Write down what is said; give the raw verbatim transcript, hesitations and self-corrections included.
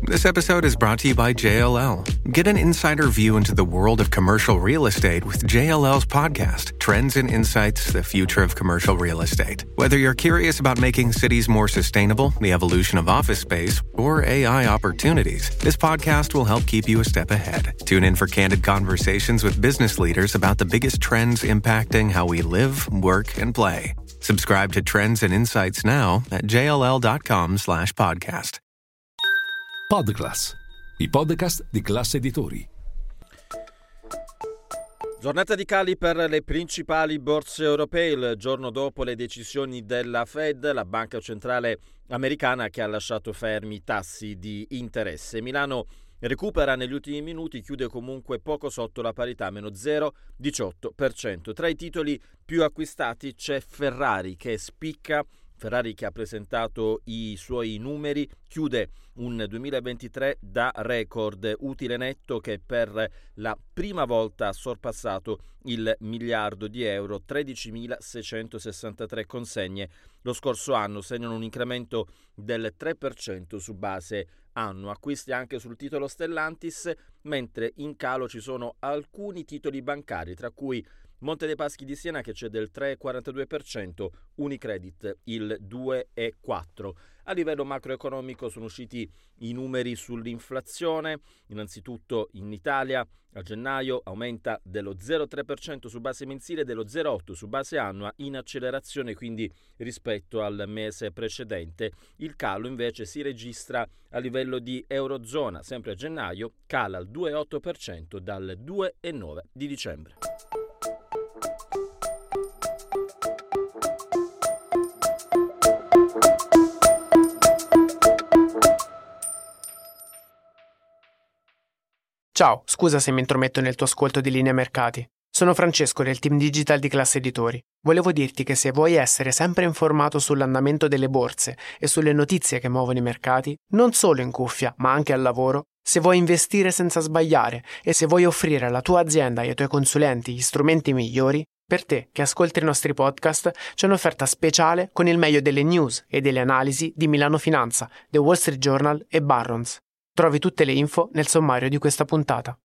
This episode is brought to you by J L L. Get an insider view into the world of commercial real estate with J L L's podcast, Trends and Insights, the Future of Commercial Real Estate. Whether you're curious about making cities more sustainable, the evolution of office space, or A I opportunities, this podcast will help keep you a step ahead. Tune in for candid conversations with business leaders about the biggest trends impacting how we live, work, and play. Subscribe to Trends and Insights now at jll.com slash podcast. Podclass, i podcast di Class Editori. Giornata di cali per le principali borse europee il giorno dopo le decisioni della Fed, la banca centrale americana, che ha lasciato fermi i tassi di interesse. Milano recupera negli ultimi minuti, chiude comunque poco sotto la parità, meno zero virgola diciotto per cento. Tra i titoli più acquistati c'è Ferrari, che spicca. Ferrari, che ha presentato i suoi numeri, chiude un duemilaventitré da record, utile netto che per la prima volta ha sorpassato il miliardo di euro, tredicimilaseicentosessantatré consegne lo scorso anno, segnano un incremento del tre per cento su base annua. Acquisti anche sul titolo Stellantis, mentre in calo ci sono alcuni titoli bancari, tra cui Monte dei Paschi di Siena, che c'è del tre virgola quarantadue per cento, Unicredit il due virgola quattro per cento. A livello macroeconomico sono usciti i numeri sull'inflazione. Innanzitutto in Italia a gennaio aumenta dello zero virgola tre per cento su base mensile e dello zero virgola otto per cento su base annua, in accelerazione quindi rispetto al mese precedente. Il calo invece si registra a livello di Eurozona, sempre a gennaio cala al due virgola otto per cento dal due virgola nove per cento di dicembre. Ciao, scusa se mi intrometto nel tuo ascolto di Linea Mercati. Sono Francesco del team digital di Class Editori. Volevo dirti che se vuoi essere sempre informato sull'andamento delle borse e sulle notizie che muovono i mercati, non solo in cuffia, ma anche al lavoro, se vuoi investire senza sbagliare e se vuoi offrire alla tua azienda e ai tuoi consulenti gli strumenti migliori, per te che ascolti i nostri podcast c'è un'offerta speciale con il meglio delle news e delle analisi di Milano Finanza, The Wall Street Journal e Barron's. Trovi tutte le info nel sommario di questa puntata.